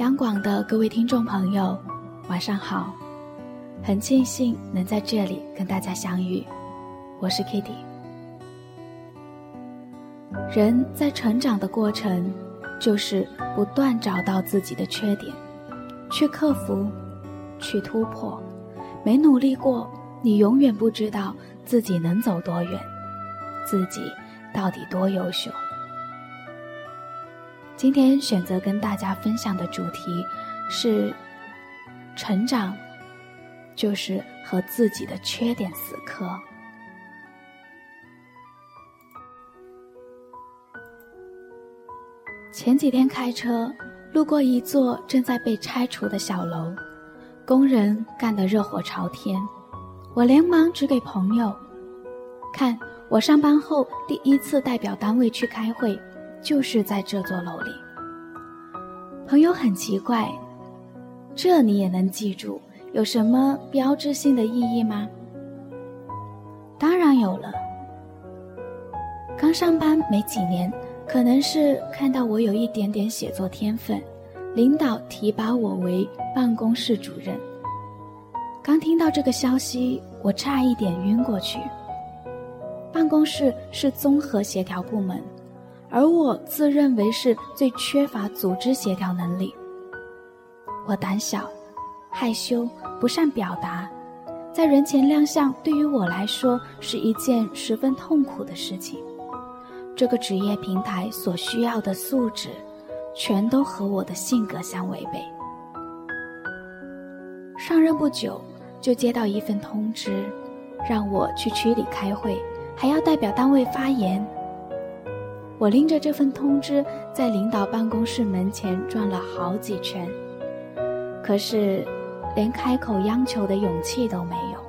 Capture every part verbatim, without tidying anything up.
央广的各位听众朋友，晚上好，很庆幸能在这里跟大家相遇，我是 Kitty。 人在成长的过程，就是不断找到自己的缺点，去克服，去突破。没努力过，你永远不知道自己能走多远，自己到底多优秀。今天选择跟大家分享的主题是成长就是和自己的缺点死磕。前几天开车路过一座正在被拆除的小楼，工人干得热火朝天，我连忙指给朋友看，我上班后第一次代表单位去开会，就是在这座楼里。朋友很奇怪，这你也能记住，有什么标志性的意义吗？当然有了。刚上班没几年，可能是看到我有一点点写作天分，领导提拔我为办公室主任。刚听到这个消息，我差一点晕过去。办公室是综合协调部门，而我自认为是最缺乏组织协调能力。我胆小、害羞，不善表达，在人前亮相对于我来说是一件十分痛苦的事情。这个职业平台所需要的素质，全都和我的性格相违背。上任不久，就接到一份通知，让我去区里开会，还要代表单位发言。我拎着这份通知在领导办公室门前转了好几圈，可是连开口央求的勇气都没有。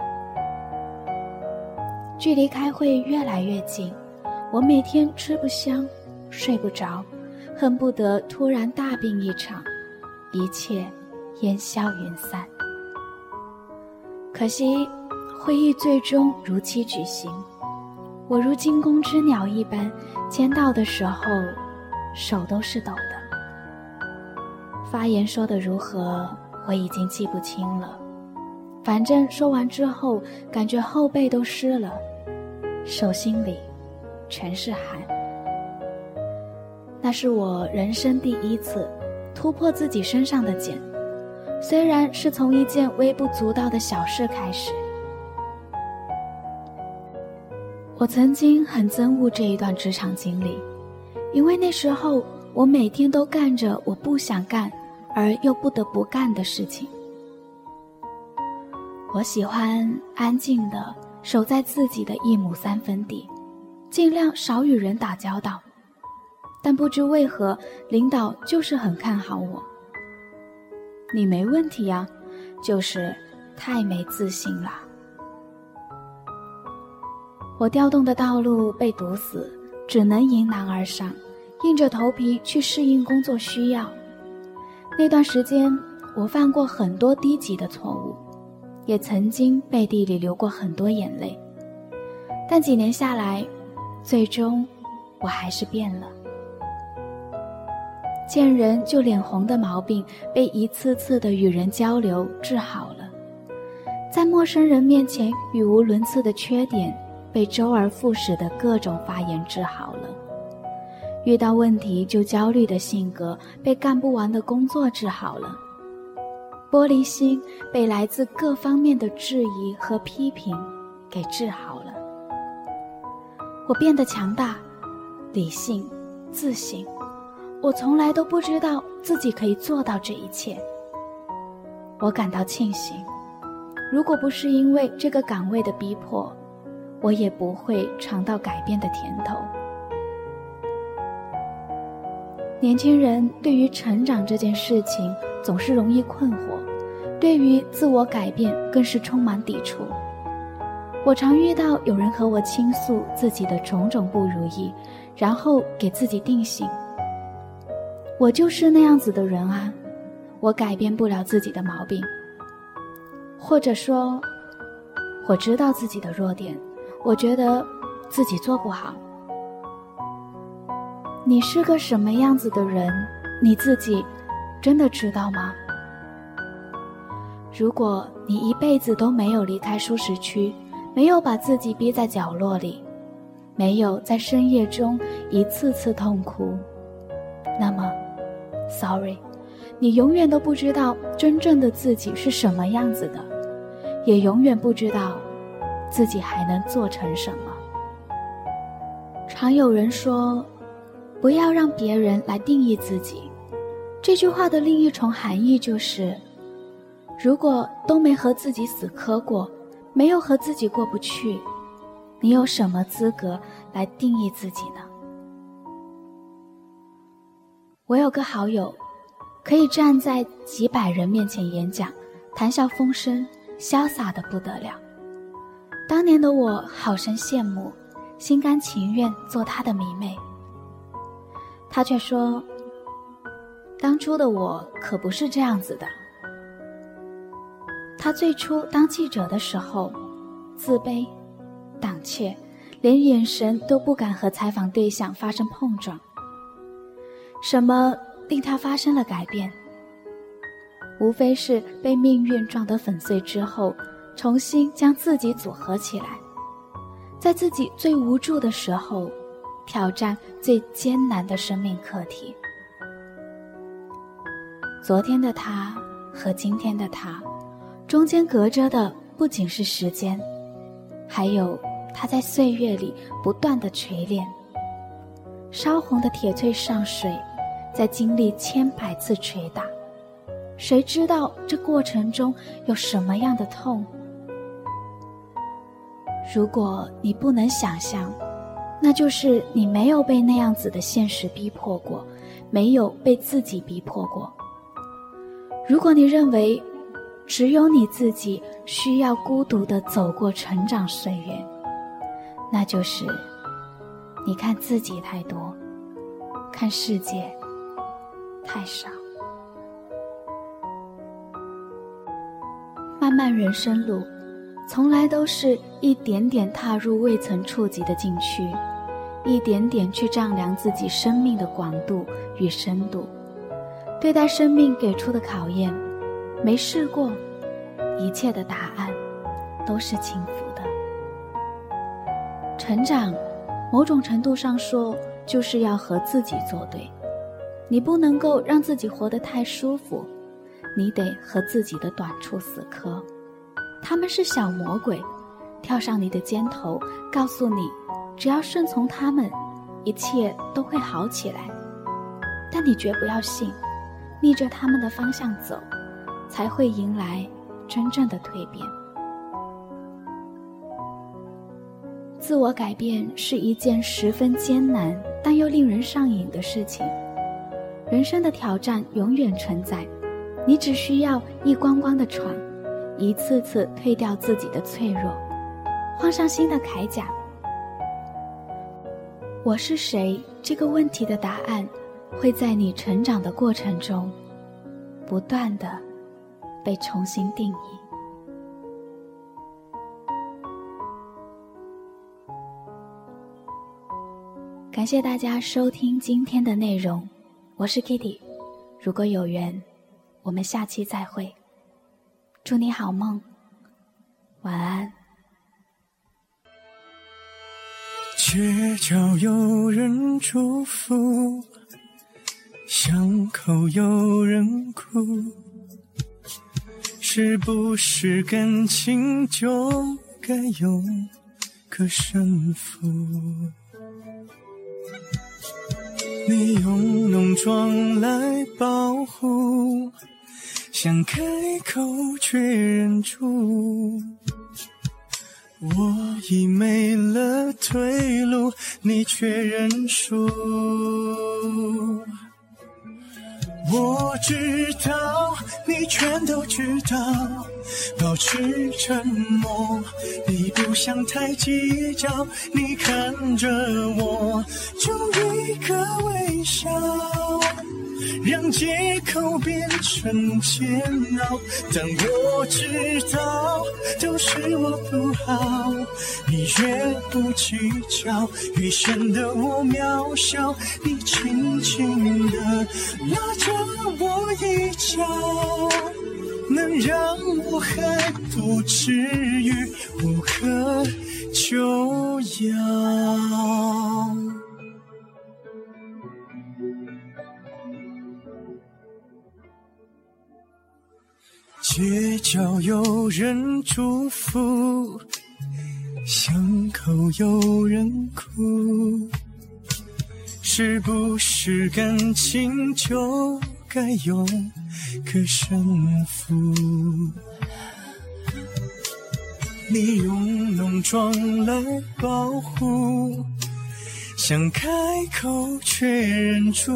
距离开会越来越近，我每天吃不香，睡不着，恨不得突然大病一场，一切烟消云散。可惜会议最终如期举行，我如惊弓之鸟一般，签到的时候手都是抖的。发言说得如何，我已经记不清了，反正说完之后感觉后背都湿了，手心里全是汗。那是我人生第一次突破自己身上的茧，虽然是从一件微不足道的小事开始。我曾经很憎恶这一段职场经历，因为那时候我每天都干着我不想干而又不得不干的事情。我喜欢安静地守在自己的一亩三分地，尽量少与人打交道，但不知为何领导就是很看好我。你没问题啊，就是太没自信了。我调动的道路被堵死，只能迎难而上，硬着头皮去适应工作需要。那段时间我犯过很多低级的错误，也曾经背地里流过很多眼泪，但几年下来，最终我还是变了。见人就脸红的毛病被一次次的与人交流治好了，在陌生人面前语无伦次的缺点被周而复始的各种发言治好了，遇到问题就焦虑的性格被干不完的工作治好了，玻璃心被来自各方面的质疑和批评给治好了。我变得强大、理性、自信，我从来都不知道自己可以做到这一切。我感到庆幸，如果不是因为这个岗位的逼迫，我也不会尝到改变的甜头。年轻人对于成长这件事情总是容易困惑，对于自我改变更是充满抵触。我常遇到有人和我倾诉自己的种种不如意，然后给自己定性，我就是那样子的人啊，我改变不了自己的毛病。或者说，我知道自己的弱点，我觉得自己做不好。你是个什么样子的人，你自己真的知道吗？如果你一辈子都没有离开舒适区，没有把自己逼在角落里，没有在深夜中一次次痛哭，那么 sorry， 你永远都不知道真正的自己是什么样子的，也永远不知道自己还能做成什么。常有人说，不要让别人来定义自己，这句话的另一重含义就是，如果都没和自己死磕过，没有和自己过不去，你有什么资格来定义自己呢？我有个好友，可以站在几百人面前演讲，谈笑风生，潇洒得不得了。当年的我好生羡慕，心甘情愿做他的迷妹。他却说，当初的我可不是这样子的。他最初当记者的时候，自卑、胆怯，连眼神都不敢和采访对象发生碰撞。什么令他发生了改变？无非是被命运撞得粉碎之后，重新将自己组合起来，在自己最无助的时候，挑战最艰难的生命课题。昨天的他和今天的他，中间隔着的不仅是时间，还有他在岁月里不断的锤炼。烧红的铁锤上水，在经历千百次捶打，谁知道这过程中有什么样的痛？如果你不能想象，那就是你没有被那样子的现实逼迫过，没有被自己逼迫过。如果你认为只有你自己需要孤独地走过成长岁月，那就是你看自己太多，看世界太少。漫漫人生路，从来都是一点点踏入未曾触及的禁区，一点点去丈量自己生命的广度与深度。对待生命给出的考验，没试过，一切的答案都是轻浮的。成长，某种程度上说，就是要和自己作对。你不能够让自己活得太舒服，你得和自己的短处死磕。他们是小魔鬼，跳上你的肩头，告诉你，只要顺从他们，一切都会好起来。但你绝不要信，逆着他们的方向走，才会迎来真正的蜕变。自我改变是一件十分艰难但又令人上瘾的事情。人生的挑战永远存在，你只需要一关关的闯，一次次退掉自己的脆弱，换上新的铠甲。我是谁这个问题的答案，会在你成长的过程中不断地被重新定义。感谢大家收听今天的内容，我是 Kitty， 如果有缘，我们下期再会。祝你好梦，晚安。 街角有人祝福，巷口有人哭，是不是感情就该有个胜负？你用浓妆来保护，想开口却忍住，我已没了退路，你却认输。我知道，你全都知道，保持沉默，你不想太计较，你看着我，就一个微笑， 让借口变成煎熬。但我知道都是我不好，你越不计较，越显得我渺小。你轻轻地拉着我一脚，能让我还不至于无可救药。街角有人祝福，巷口有人哭，是不是感情就该有个胜负？你用浓妆来保护，想开口却忍住，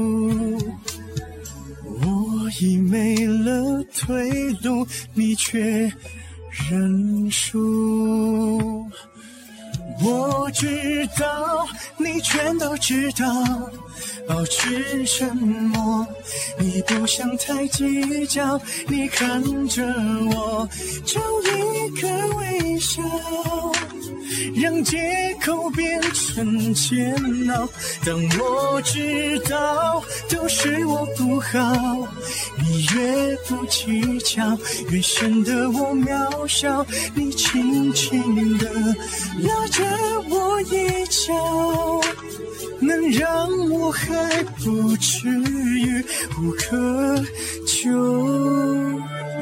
我已没了退路，你却认输。我知道你全都知道，保持沉默，你不想太计较，你看着我就一个微笑，让借口变成煎熬。但我知道都是我不好，你越不计较，越显得我渺小。你轻轻地拉着我一脚，能让我还不至于无可救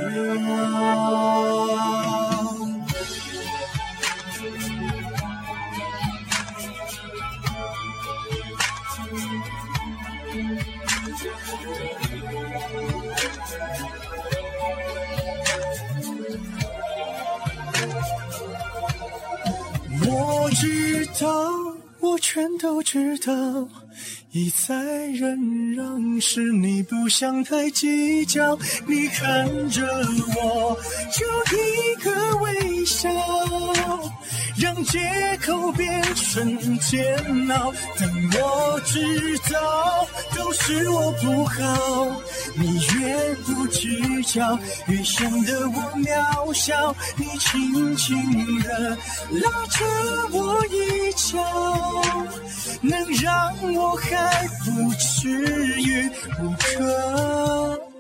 药。我知道，我全都知道，一再忍让是你不想太计较，你看着我就一个微笑，让借口变成煎熬。但我知道都是我不好，你越不计较，越显得我渺小。你轻轻地拉着我一脚，能让我还不至于无可